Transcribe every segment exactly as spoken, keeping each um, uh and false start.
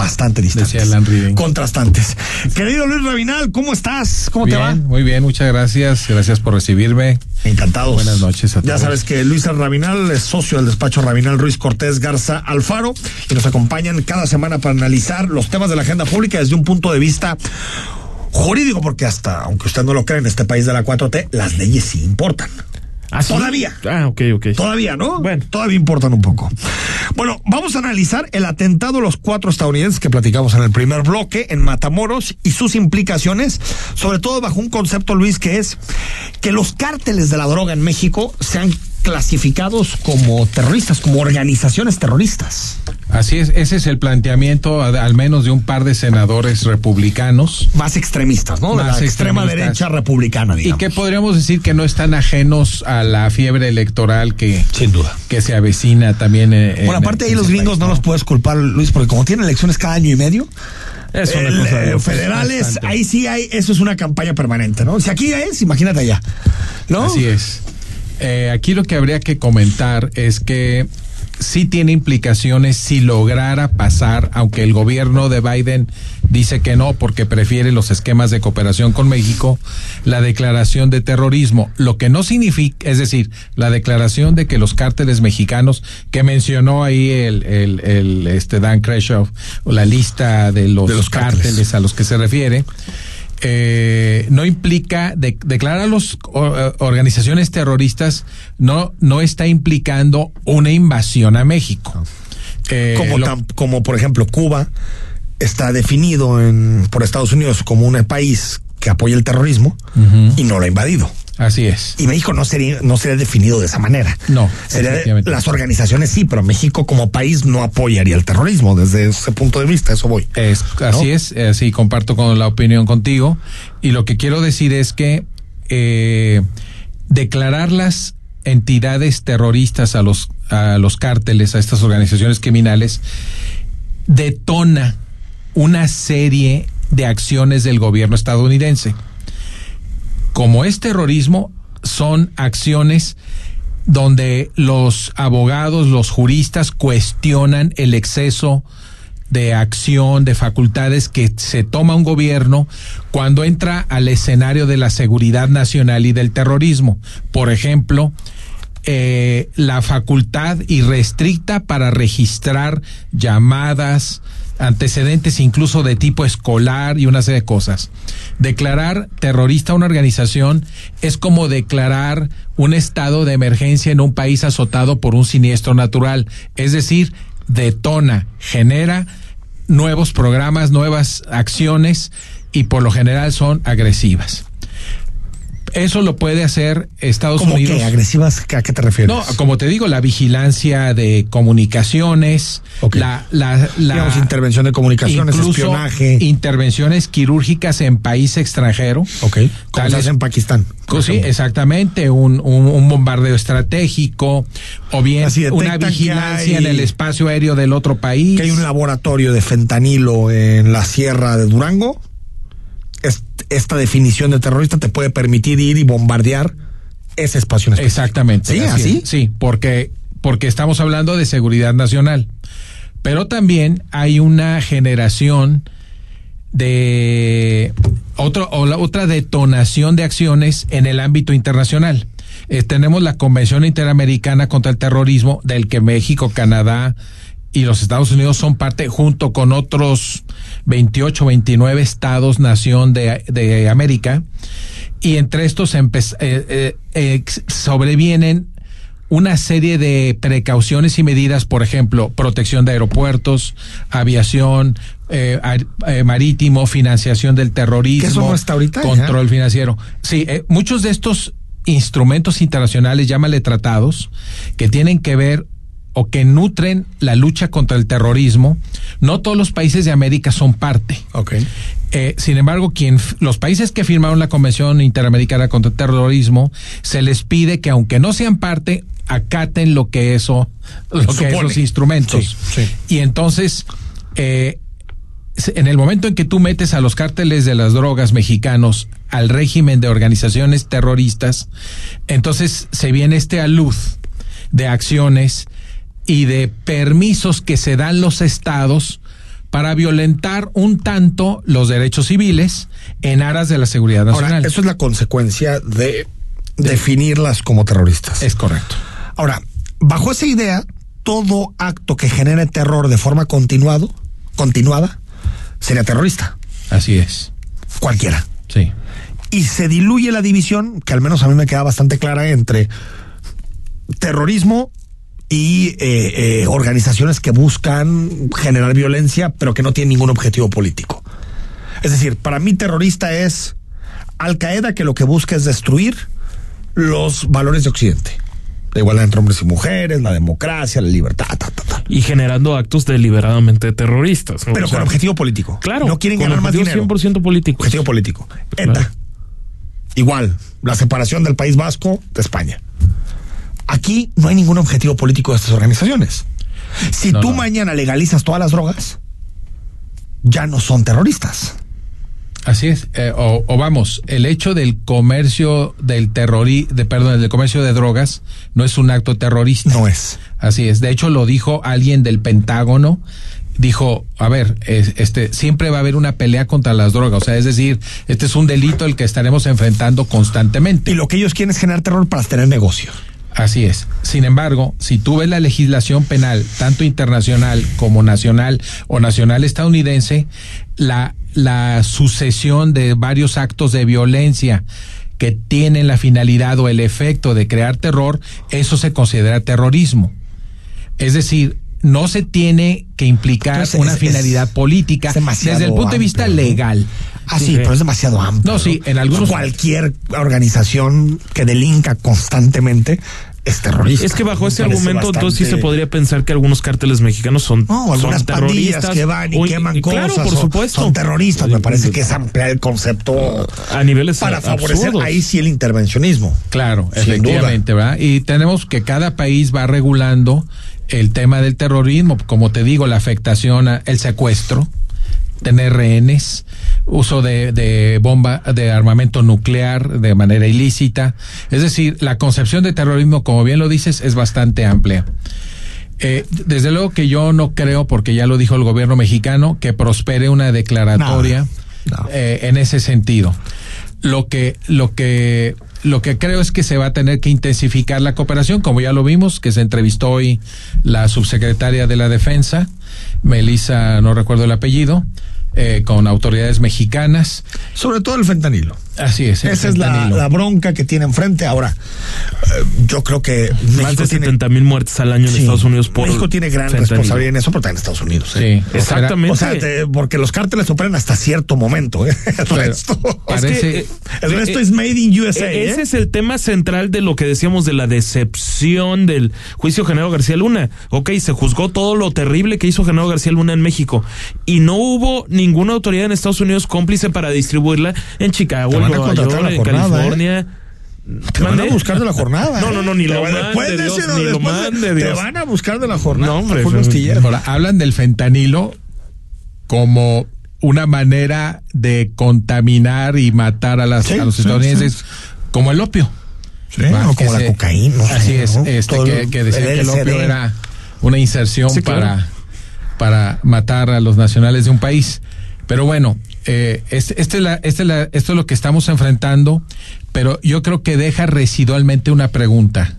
bastante distantes. Decía Alan Ribin. Contrastantes. Querido Luis Rabinal, ¿cómo estás? ¿Cómo bien, te va? Muy bien, muchas gracias. Gracias por recibirme. Encantados. Buenas noches a todos. Ya sabes que Luis Rabinal es socio del despacho Rabinal Ruiz Cortés Garza Alfaro y nos acompañan cada semana para analizar los temas de la agenda pública desde un punto de vista jurídico, porque hasta, aunque usted no lo crea, en este país de la cuatro T, las leyes sí importan. ¿Ah, sí? Todavía. Ah, ok, ok. Todavía, ¿no? Bueno. Todavía importan un poco. Bueno, vamos a analizar el atentado a los cuatro estadounidenses que platicamos en el primer bloque en Matamoros y sus implicaciones, sobre todo bajo un concepto, Luis, que es que los cárteles de la droga en México sean clasificados como terroristas, como organizaciones terroristas. Así es, ese es el planteamiento al menos de un par de senadores republicanos. Más extremistas, ¿no? Más de la extrema derecha republicana, digamos. Y que podríamos decir que no están ajenos a la fiebre electoral que, sin duda, que se avecina también. En, bueno, aparte ahí los gringos país, no, no los puedes culpar, Luis, porque como tienen elecciones cada año y medio, es una el, cosa eh, federales, bastante. Ahí sí hay, eso es una campaña permanente, ¿no? Si aquí es, imagínate allá, ¿no? Así es. Eh, aquí lo que habría que comentar es que sí tiene implicaciones si lograra pasar, aunque el gobierno de Biden dice que no porque prefiere los esquemas de cooperación con México, la declaración de terrorismo, lo que no significa, es decir, la declaración de que los cárteles mexicanos que mencionó ahí el, el, el este Dan Crenshaw, la lista de los, de los cárteles. cárteles a los que se refiere, Eh, no implica de, declarar a las organizaciones terroristas, no no está implicando una invasión a México. Eh, como, lo, tan, como por ejemplo Cuba está definido en, por Estados Unidos como un país que apoya el terrorismo, uh-huh, y no lo ha invadido. Así es. Y México no sería, no sería definido de esa manera. No. Sería de, las organizaciones sí, pero México como país no apoyaría el terrorismo desde ese punto de vista, eso voy. Es, así ¿no? es, así comparto con la opinión contigo. Y lo que quiero decir es que eh, declarar las entidades terroristas a los, a los cárteles, a estas organizaciones criminales, detona una serie de acciones del gobierno estadounidense. Como es terrorismo, son acciones donde los abogados, los juristas cuestionan el exceso de acción, de facultades que se toma un gobierno cuando entra al escenario de la seguridad nacional y del terrorismo. Por ejemplo, eh, la facultad irrestricta para registrar llamadas, antecedentes incluso de tipo escolar y una serie de cosas. Declarar terrorista a una organización es como declarar un estado de emergencia en un país azotado por un siniestro natural, es decir, detona, genera nuevos programas, nuevas acciones y por lo general son agresivas. Eso lo puede hacer Estados ¿Cómo Unidos. ¿Qué? ¿Agresivas? ¿A qué te refieres? No, como te digo, la vigilancia de comunicaciones, okay, la, la, la digamos, intervención de comunicaciones, espionaje, intervenciones quirúrgicas en país extranjero. Okay. Como se hace en Pakistán. Sí, exactamente, un, un, un bombardeo estratégico, o bien una vigilancia hay, en el espacio aéreo del otro país. Que hay un laboratorio de fentanilo en la sierra de Durango. Esta definición de terrorista te puede permitir ir y bombardear ese espacio. Exactamente. Sí, así. así. Sí, porque, porque estamos hablando de seguridad nacional. Pero también hay una generación de otro, o la, otra detonación de acciones en el ámbito internacional. Eh, tenemos la Convención Interamericana contra el Terrorismo, del que México, Canadá y los Estados Unidos son parte, junto con otros veintiocho, veintinueve estados, nación de, de América, y entre estos empe- eh, eh, eh, sobrevienen una serie de precauciones y medidas, por ejemplo, protección de aeropuertos, aviación, eh, eh, marítimo, financiación del terrorismo, ¿que eso no está ahorita? Control ¿ya? financiero. Sí, eh, muchos de estos instrumentos internacionales, llámale tratados, que tienen que ver o que nutren la lucha contra el terrorismo, no todos los países de América son parte. Okay. Eh, sin embargo, quien, los países que firmaron la Convención Interamericana contra el Terrorismo, se les pide que, aunque no sean parte, acaten lo que eso, lo que esos instrumentos. Sí, sí. Y entonces, eh, en el momento en que tú metes a los cárteles de las drogas mexicanos al régimen de organizaciones terroristas, entonces se viene este alud de acciones y de permisos que se dan los estados para violentar un tanto los derechos civiles en aras de la seguridad nacional. Ahora, eso es la consecuencia de definirlas como terroristas. Es correcto. Ahora, bajo esa idea, todo acto que genere terror de forma continuado, continuada sería terrorista. Así es. Cualquiera. Sí. Y se diluye la división, que al menos a mí me queda bastante clara, entre terrorismo y eh, eh, organizaciones que buscan generar violencia, pero que no tienen ningún objetivo político. Es decir, para mí terrorista es Al Qaeda, que lo que busca es destruir los valores de Occidente. La igualdad entre hombres y mujeres, la democracia, la libertad, ta, ta, ta. Y generando actos deliberadamente terroristas, ¿no? Pero o sea, con objetivo político. Claro. No quieren con ganar más dinero. cien por ciento político. Objetivo político. Claro. ETA. Igual. La separación del País Vasco de España. Aquí no hay ningún objetivo político de estas organizaciones. Si no, tú no. mañana legalizas todas las drogas, ya no son terroristas. Así es, eh, o, o vamos, el hecho del comercio del terrori, de perdón, del comercio de drogas no es un acto terrorista. No es. Así es. De hecho, lo dijo alguien del Pentágono. Dijo, a ver, es, este, siempre va a haber una pelea contra las drogas. O sea, es decir, este es un delito el que estaremos enfrentando constantemente. Y lo que ellos quieren es generar terror para tener negocio. Así es. Sin embargo, si tú ves la legislación penal, tanto internacional como nacional o nacional estadounidense, la, la sucesión de varios actos de violencia que tienen la finalidad o el efecto de crear terror, eso se considera terrorismo. Es decir, no se tiene que implicar Entonces, una es, finalidad es, política es desde el punto de vista amplio, ¿no? legal. Ah, sí, Sí. pero es demasiado amplio. No, sí, en algunos- Cualquier organización que delinca constantemente es terrorista. Es que bajo ese Me parece argumento, bastante... entonces sí se podría pensar que algunos cárteles mexicanos son, No, algunas son pandillas terroristas. que van y o- queman claro, cosas. por o- supuesto. Son terroristas. Me parece que es ampliar el concepto A niveles para favorecer absurdos. ahí sí el intervencionismo. Claro, Sin efectivamente, ¿verdad? Y tenemos que cada país va regulando el tema del terrorismo, como te digo, la afectación, a, el secuestro, tener rehenes, uso de, de bomba, de armamento nuclear de manera ilícita. Es decir, la concepción de terrorismo, como bien lo dices, es bastante amplia. Eh, desde luego que yo no creo, porque ya lo dijo el gobierno mexicano, que prospere una declaratoria No, no. eh, en ese sentido. Lo que, lo que, lo que creo es que se va a tener que intensificar la cooperación, como ya lo vimos, que se entrevistó hoy la subsecretaria de la Defensa, Melissa, no recuerdo el apellido, eh, con autoridades mexicanas. Sobre todo el fentanilo. Así es. el Esa es la, fentanilo. la bronca que tiene enfrente. Ahora, eh, yo creo que Más México de tiene, setenta mil muertes al año en sí, Estados Unidos por México tiene gran fentanilo. responsabilidad en eso, pero también en Estados Unidos. ¿eh? Sí, Exactamente. O sea, te- porque los cárteles operan hasta cierto momento. ¿eh? El Pero resto, parece- Es que, eh, el resto eh, es made in U S A. Eh, ¿eh? Ese es el tema central de lo que decíamos de la decepción del juicio Genaro García Luna. Ok, se juzgó todo lo terrible que hizo Genaro García Luna en México y no hubo ninguna autoridad en Estados Unidos cómplice para distribuirla en Chicago, Te en van a Nueva contratar York, la en jornada, California. Te van a ¿Mande? buscar de la jornada. No, no, no, ni Te lo van- mande, después de Dios, ese, ni lo después de- mande, Te Dios. van a buscar de la jornada. No, hombre, Julio no, Astillero. Ahora, hablan del fentanilo como una manera de contaminar y matar a, las, Sí, a los sí, estadounidenses, sí. como el opio. Sí, ¿va? no, Que como la se- cocaína. no sé, Así es, ¿no? este, Todo que, el- que decían que el L S D. opio era una inserción Sí, claro. para, para matar a los nacionales de un país. Pero bueno, eh, este, este es la, este es la, esto es lo que estamos enfrentando, pero yo creo que deja residualmente una pregunta.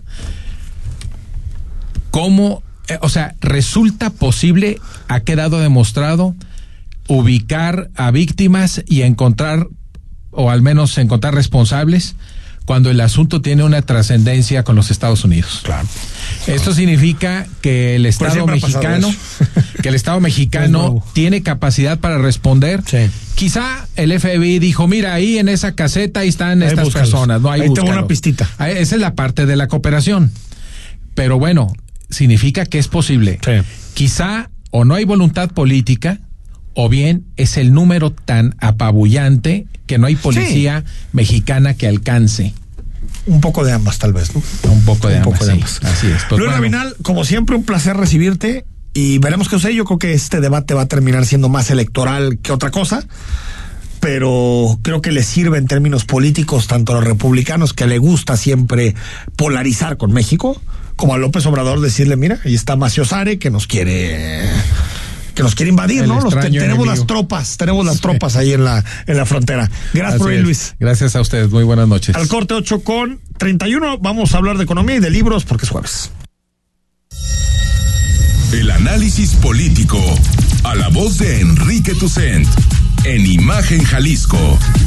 ¿Cómo, eh, o sea, resulta posible, ha quedado demostrado, ubicar a víctimas y encontrar, o al menos encontrar responsables, cuando el asunto tiene una trascendencia con los Estados Unidos? Claro. Esto significa que el Estado siempre ha pasado mexicano, eso. que el Estado No es mexicano nuevo. tiene capacidad para responder. Sí. Quizá el F B I dijo, mira, ahí en esa caseta ahí están Ahí estas búscalos. personas, no, ahí, Ahí tengo búscalos. una pistita. Ahí- esa es la parte de la cooperación. Pero bueno, significa que es posible. Sí. Quizá o no hay voluntad política, o bien es el número tan apabullante que no hay policía mexicana que alcance. Un poco de ambas, tal vez, ¿no? Un poco de Un ambas, poco de sí, ambas. así es. Pues Luis bueno. Rabinal, como siempre, un placer recibirte y veremos qué sucede. Yo creo que este debate va a terminar siendo más electoral que otra cosa, pero creo que le sirve en términos políticos tanto a los republicanos, que le gusta siempre polarizar con México, como a López Obrador decirle, mira, ahí está Macio Zare, que nos quiere... que que nos quiere invadir, El ¿no? Los, te, extraño tenemos enemigo. las tropas, tenemos las Sí. tropas ahí en la, en la frontera. Gracias Así por venir, es. Luis. Gracias a ustedes, muy buenas noches. Al corte ocho con treinta y uno, vamos a hablar de economía y de libros porque es jueves. El análisis político, a la voz de Enrique Tucent, en Imagen Jalisco.